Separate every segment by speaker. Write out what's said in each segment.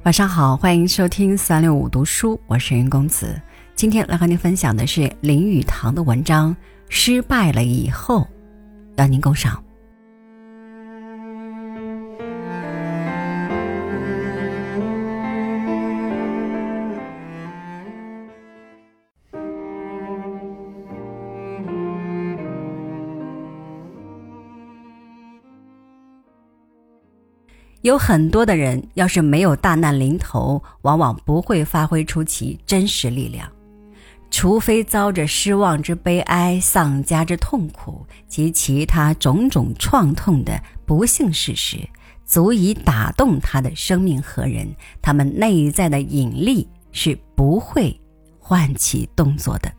Speaker 1: 晚上好，欢迎收听365读书，我是云公子。今天来和您分享的是林语堂的文章《失败了以后》，邀您共赏。有很多的人要是没有大难临头，往往不会发挥出其真实力量，除非遭着失望之悲哀、丧家之痛苦及其他种种创痛的不幸事实，足以打动他的生命和人，他们内在的引力是不会唤起动作的。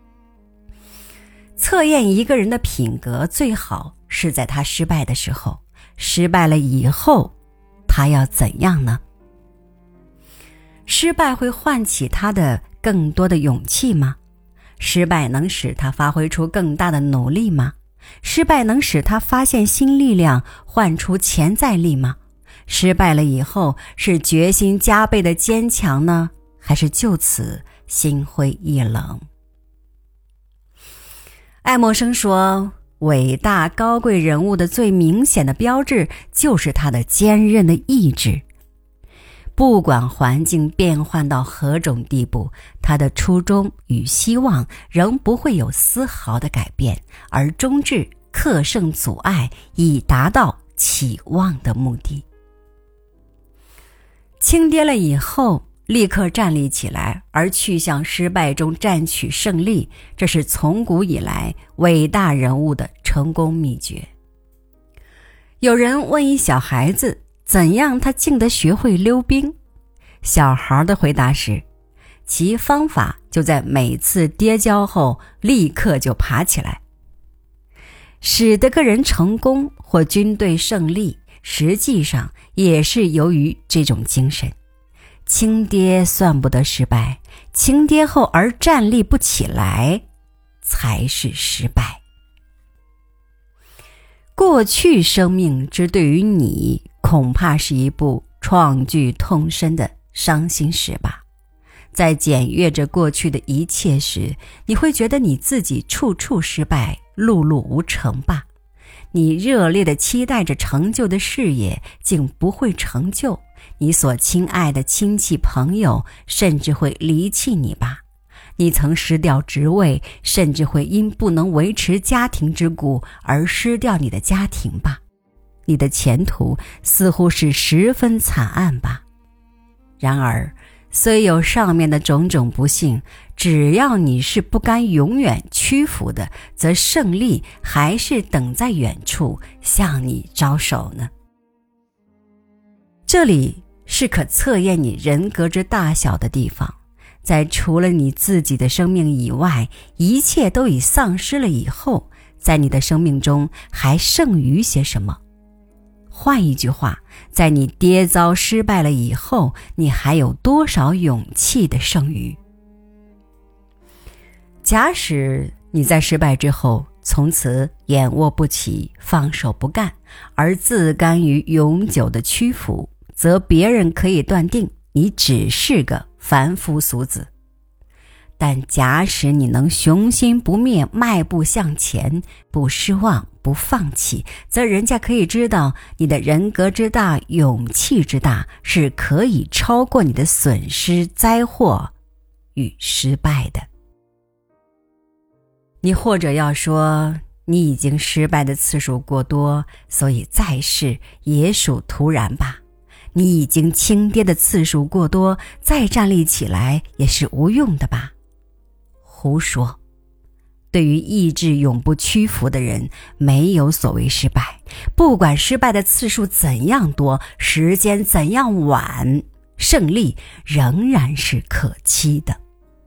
Speaker 1: 测验一个人的品格，最好是在他失败的时候，失败了以后他要怎样呢？失败会唤起他的更多的勇气吗？失败能使他发挥出更大的努力吗？失败能使他发现新力量，唤出潜在力吗？失败了以后，是决心加倍的坚强呢，还是就此心灰意冷？爱默生说，伟大高贵人物的最明显的标志就是他的坚韧的意志。不管环境变换到何种地步，他的初衷与希望仍不会有丝毫的改变，而终至克胜阻碍，以达到期望的目的。轻跌了以后立刻站立起来，而去向失败中占取胜利，这是从古以来伟大人物的成功秘诀。有人问一小孩子，怎样他竟得学会溜冰？小孩的回答是，其方法就在每次跌跤后立刻就爬起来。使得个人成功或军队胜利，实际上也是由于这种精神。轻跌算不得失败，轻跌后而站立不起来才是失败。过去生命之对于你，恐怕是一部创剧痛深的伤心史吧。在检阅着过去的一切时，你会觉得你自己处处失败，碌碌无成吧。你热烈地期待着成就的事业，竟不会成就。你所亲爱的亲戚朋友甚至会离弃你吧。你曾失掉职位，甚至会因不能维持家庭之故而失掉你的家庭吧。你的前途似乎是十分惨暗吧。然而虽有上面的种种不幸，只要你是不甘永远屈服的，则胜利还是等在远处向你招手呢。这里是可测验你人格之大小的地方，在除了你自己的生命以外，一切都已丧失了以后，在你的生命中还剩余些什么？换一句话，在你跌遭失败了以后，你还有多少勇气的剩余？假使你在失败之后，从此眼卧不起，放手不干，而自甘于永久的屈服，则别人可以断定你只是个凡夫俗子。但假使你能雄心不灭，迈步向前，不失望，不放弃，则人家可以知道你的人格之大，勇气之大，是可以超过你的损失、灾祸与失败的。你或者要说，你已经失败的次数过多，所以再试也属徒然吧。你已经轻跌的次数过多，再站立起来也是无用的吧。胡说！对于意志永不屈服的人，没有所谓失败，不管失败的次数怎样多，时间怎样晚，胜利仍然是可期的。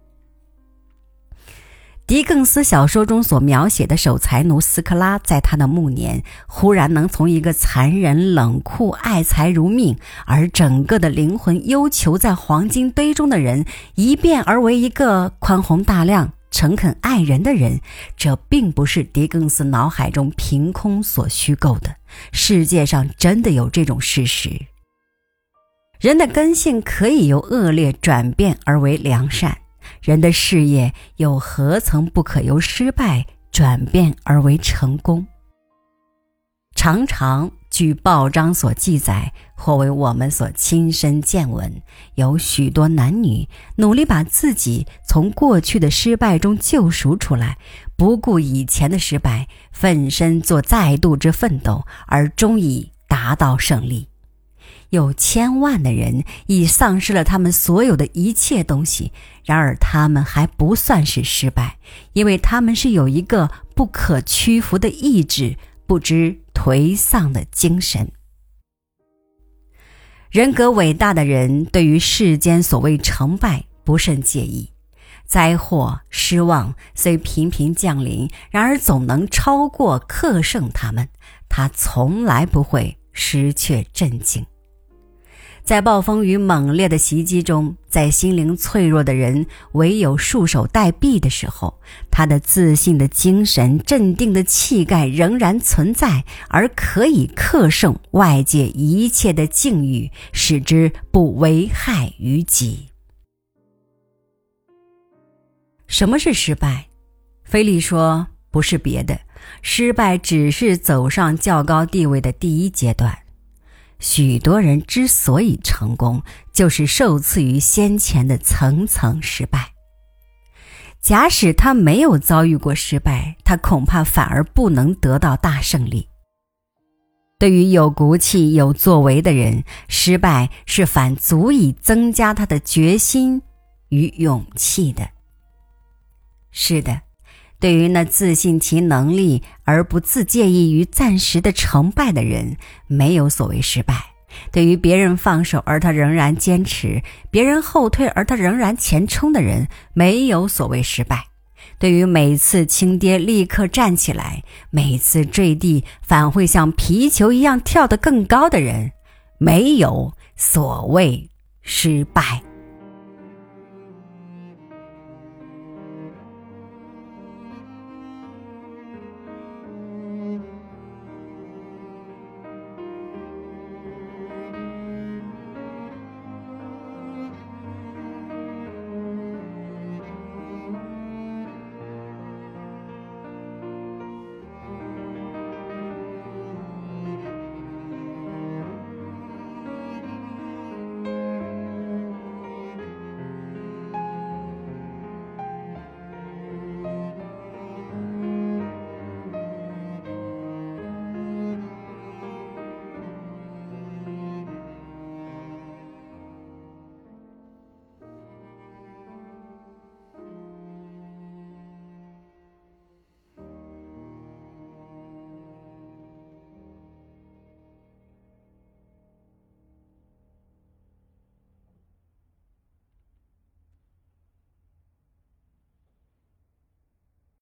Speaker 1: 狄更斯小说中所描写的守财奴斯科拉，在他的暮年忽然能从一个残忍冷酷爱财如命而整个的灵魂忧囚在黄金堆中的人，一变而为一个宽宏大量诚恳爱人的人，这并不是狄更斯脑海中凭空所虚构的，世界上真的有这种事实。 人的根性可以由恶劣转变而为良善，人的事业又何曾不可由失败转变而为成功？常常据报章所记载，或为我们所亲身见闻，有许多男女努力把自己从过去的失败中救赎出来，不顾以前的失败，奋身做再度之奋斗，而终以达到胜利。有千万的人已丧失了他们所有的一切东西，然而他们还不算是失败，因为他们是有一个不可屈服的意志，不知颓丧的精神。人格伟大的人对于世间所谓成败不甚介意，灾祸失望虽频频降临，然而总能超过克胜他们，他从来不会失却镇静。在暴风雨猛烈的袭击中，在心灵脆弱的人唯有束手待毙的时候，他的自信的精神、镇定的气概仍然存在，而可以克胜外界一切的境遇，使之不危害于己。什么是失败？菲利说，不是别的，失败只是走上较高地位的第一阶段。许多人之所以成功，就是受赐于先前的层层失败。假使他没有遭遇过失败，他恐怕反而不能得到大胜利。对于有骨气、有作为的人，失败是反足以增加他的决心与勇气的。是的，对于那自信其能力而不自介意于暂时的成败的人，没有所谓失败。对于别人放手而他仍然坚持，别人后退而他仍然前冲的人，没有所谓失败。对于每次轻跌立刻站起来，每次坠地反会像皮球一样跳得更高的人，没有所谓失败。